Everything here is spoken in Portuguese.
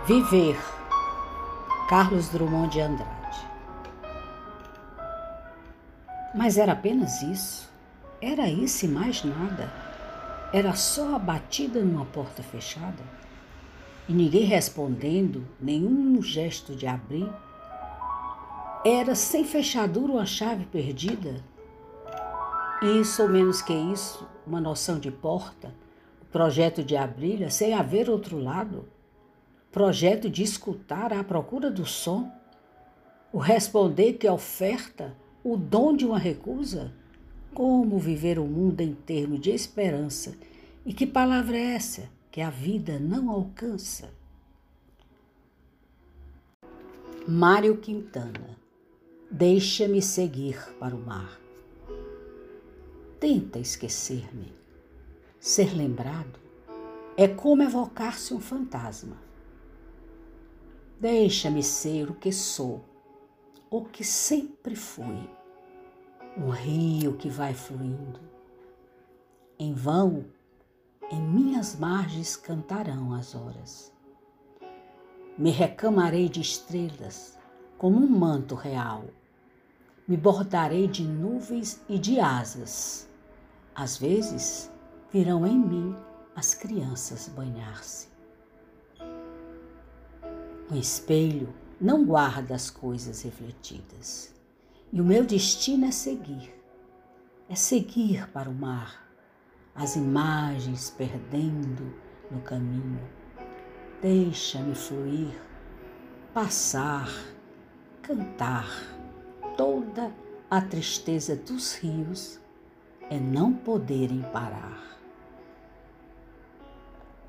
Viver, Carlos Drummond de Andrade. Mas era apenas isso? Era isso e mais nada? Era só a batida numa porta fechada? E ninguém respondendo, nenhum gesto de abrir? Era sem fechadura uma chave perdida? Isso ou menos que isso, uma noção de porta, o projeto de abri-la sem haver outro lado? Projeto de escutar à procura do som? O responder que oferta o dom de uma recusa? Como viver o mundo em termos de esperança? E que palavra é essa que a vida não alcança? Mário Quintana. Deixa-me seguir para o mar. Tenta esquecer-me. Ser lembrado é como evocar-se um fantasma. Deixa-me ser o que sou, o que sempre fui, um rio que vai fluindo. Em vão, em minhas margens cantarão as horas. Me recamarei de estrelas como um manto real. Me bordarei de nuvens e de asas. Às vezes, virão em mim as crianças banhar-se. Um espelho não guarda as coisas refletidas. E o meu destino é seguir para o mar, as imagens perdendo no caminho. Deixa-me fluir, passar, cantar. Toda a tristeza dos rios é não poderem parar.